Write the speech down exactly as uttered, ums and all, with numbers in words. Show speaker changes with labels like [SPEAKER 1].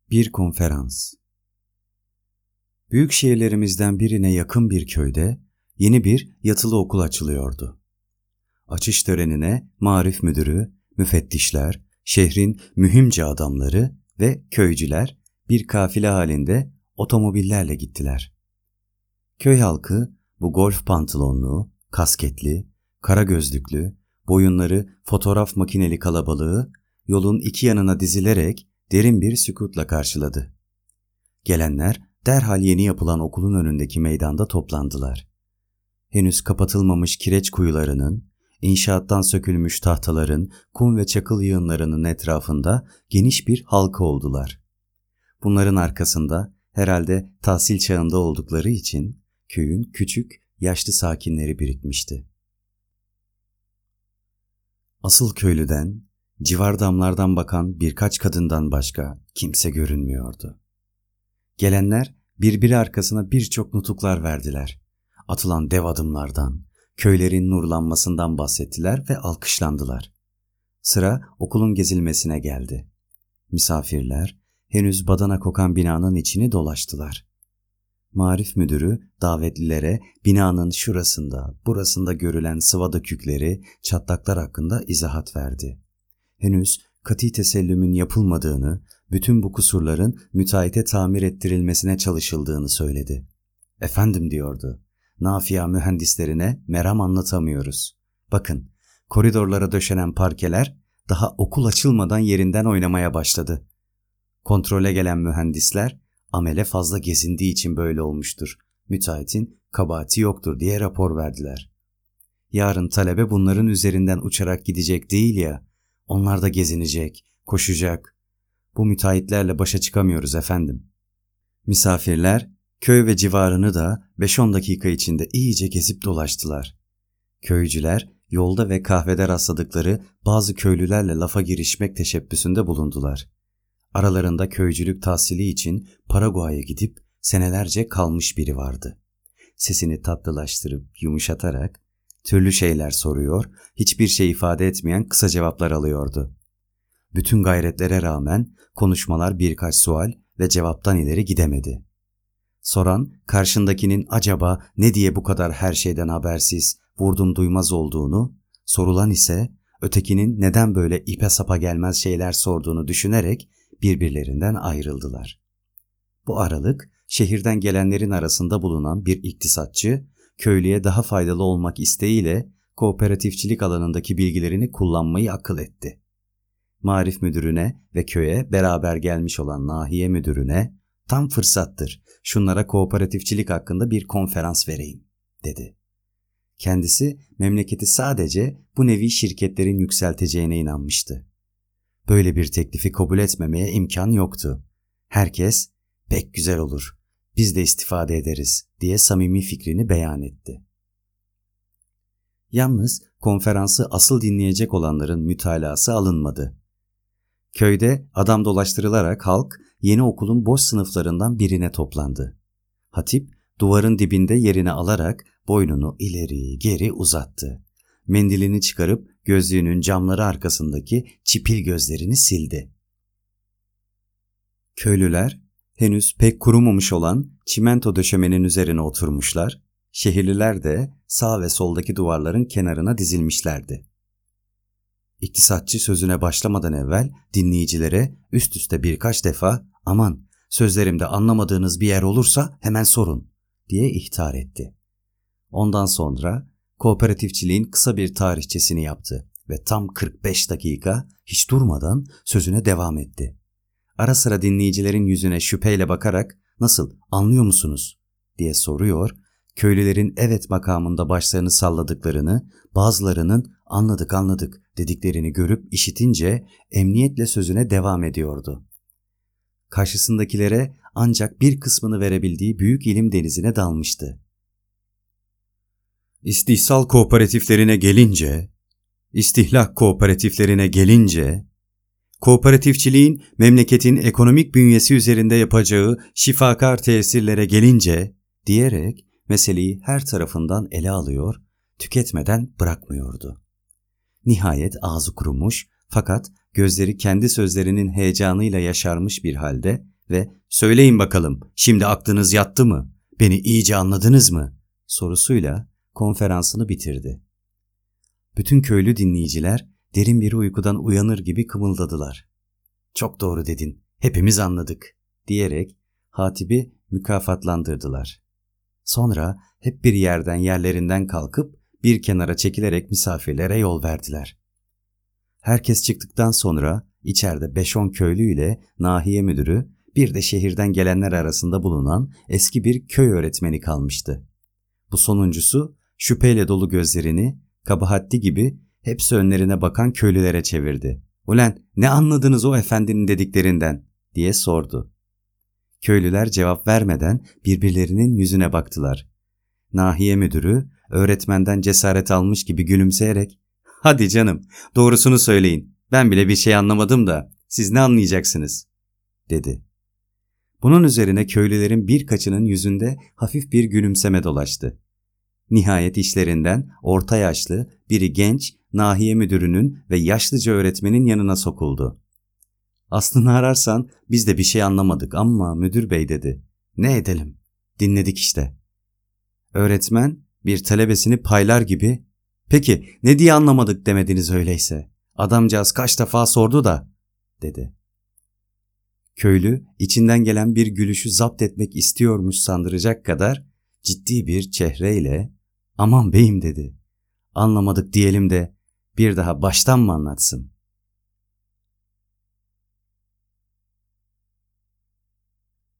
[SPEAKER 1] Bir konferans. Büyük şehirlerimizden birine yakın bir köyde yeni bir yatılı okul açılıyordu. Açış törenine marif müdürü, müfettişler, şehrin mühimce adamları ve köycüler bir kafile halinde otomobillerle gittiler. Köy halkı bu golf pantolonlu, kasketli, kara gözlüklü, boyunları fotoğraf makineli kalabalığı yolun iki yanına dizilerek derin bir sükutla karşıladı. Gelenler derhal yeni yapılan okulun önündeki meydanda toplandılar. Henüz kapatılmamış kireç kuyularının, inşaattan sökülmüş tahtaların, kum ve çakıl yığınlarının etrafında geniş bir halka oldular. Bunların arkasında herhalde tahsil çağında oldukları için köyün küçük, yaşlı sakinleri birikmişti. Asıl köylüden, civar damlardan bakan birkaç kadından başka kimse görünmüyordu. Gelenler birbiri arkasına birçok nutuklar verdiler. Atılan dev adımlardan, köylerin nurlanmasından bahsettiler ve alkışlandılar. Sıra okulun gezilmesine geldi. Misafirler henüz badana kokan binanın içini dolaştılar. Marif müdürü davetlilere binanın şurasında, burasında görülen sıva dökükleri, çatlaklar hakkında izahat verdi. Henüz kati tesellümün yapılmadığını, bütün bu kusurların müteahhite tamir ettirilmesine çalışıldığını söyledi. Efendim diyordu, nafia mühendislerine meram anlatamıyoruz. Bakın, koridorlara döşenen parkeler daha okul açılmadan yerinden oynamaya başladı. Kontrole gelen mühendisler, amele fazla gezindiği için böyle olmuştur, müteahhitin kabahati yoktur diye rapor verdiler. Yarın talebe bunların üzerinden uçarak gidecek değil ya, onlar da gezinecek, koşacak. Bu müteahhitlerle başa çıkamıyoruz efendim. Misafirler köy ve civarını da beş on dakika içinde iyice gezip dolaştılar. Köycüler yolda ve kahvede rastladıkları bazı köylülerle lafa girişmek teşebbüsünde bulundular. Aralarında köycülük tahsili için Paraguay'a gidip senelerce kalmış biri vardı. Sesini tatlılaştırıp yumuşatarak türlü şeyler soruyor, hiçbir şey ifade etmeyen kısa cevaplar alıyordu. Bütün gayretlere rağmen konuşmalar birkaç sual ve cevaptan ileri gidemedi. Soran, karşındakinin acaba ne diye bu kadar her şeyden habersiz, vurdum duymaz olduğunu, sorulan ise ötekinin neden böyle ipe sapa gelmez şeyler sorduğunu düşünerek birbirlerinden ayrıldılar. Bu aralık, şehirden gelenlerin arasında bulunan bir iktisatçı, köylüye daha faydalı olmak isteğiyle kooperatifçilik alanındaki bilgilerini kullanmayı akıl etti. Marif müdürüne ve köye beraber gelmiş olan nahiye müdürüne, tam fırsattır, şunlara kooperatifçilik hakkında bir konferans vereyim, dedi. Kendisi memleketi sadece bu nevi şirketlerin yükselteceğine inanmıştı. Böyle bir teklifi kabul etmemeye imkan yoktu. Herkes, pek güzel olur, biz de istifade ederiz diye samimi fikrini beyan etti. Yalnız konferansı asıl dinleyecek olanların mütalası alınmadı. Köyde adam dolaştırılarak halk yeni okulun boş sınıflarından birine toplandı. Hatip duvarın dibinde yerini alarak boynunu ileri geri uzattı. Mendilini çıkarıp gözlüğünün camları arkasındaki çipil gözlerini sildi. Köylüler henüz pek kurumamış olan çimento döşemenin üzerine oturmuşlar, şehirliler de sağ ve soldaki duvarların kenarına dizilmişlerdi. İktisatçı sözüne başlamadan evvel dinleyicilere üst üste birkaç defa aman sözlerimde anlamadığınız bir yer olursa hemen sorun diye ihtar etti. Ondan sonra kooperatifçiliğin kısa bir tarihçesini yaptı ve tam kırk beş dakika hiç durmadan sözüne devam etti. Ara sıra dinleyicilerin yüzüne şüpheyle bakarak nasıl anlıyor musunuz diye soruyor, köylülerin evet makamında başlarını salladıklarını, bazılarının anladık anladık dediklerini görüp işitince emniyetle sözüne devam ediyordu. Karşısındakilere ancak bir kısmını verebildiği büyük ilim denizine dalmıştı. İstihsal kooperatiflerine gelince, istihlak kooperatiflerine gelince, kooperatifçiliğin memleketin ekonomik bünyesi üzerinde yapacağı şifakar tesirlere gelince diyerek meseleyi her tarafından ele alıyor, tüketmeden bırakmıyordu. Nihayet ağzı kurumuş fakat gözleri kendi sözlerinin heyecanıyla yaşarmış bir halde ve "Söyleyin bakalım, şimdi aklınız yattı mı? Beni iyice anladınız mı?" sorusuyla konferansını bitirdi. Bütün köylü dinleyiciler derin bir uykudan uyanır gibi kımıldadılar. "Çok doğru dedin, hepimiz anladık," diyerek hatibi mükafatlandırdılar. Sonra hep bir yerden yerlerinden kalkıp bir kenara çekilerek misafirlere yol verdiler. Herkes çıktıktan sonra içeride beş on köylü ile nahiye müdürü, bir de şehirden gelenler arasında bulunan eski bir köy öğretmeni kalmıştı. Bu sonuncusu şüpheyle dolu gözlerini kabahatli gibi hepsi önlerine bakan köylülere çevirdi. "Ulen, ne anladınız o efendinin dediklerinden?" diye sordu. Köylüler cevap vermeden birbirlerinin yüzüne baktılar. Nahiye müdürü öğretmenden cesaret almış gibi gülümseyerek "Hadi canım, doğrusunu söyleyin. Ben bile bir şey anlamadım da siz ne anlayacaksınız?" dedi. Bunun üzerine köylülerin birkaçının yüzünde hafif bir gülümseme dolaştı. Nihayet işlerinden orta yaşlı biri genç nahiye müdürünün ve yaşlıca öğretmenin yanına sokuldu. "Aslını ararsan biz de bir şey anlamadık ama müdür bey," dedi. "Ne edelim? Dinledik işte." Öğretmen bir talebesini paylar gibi "Peki ne diye anlamadık demediniz öyleyse? Adamcağız kaç defa sordu da," dedi. Köylü içinden gelen bir gülüşü zapt etmek istiyormuş sandıracak kadar ciddi bir çehreyle "Aman beyim," dedi. "Anlamadık diyelim de bir daha baştan mı anlatsın?"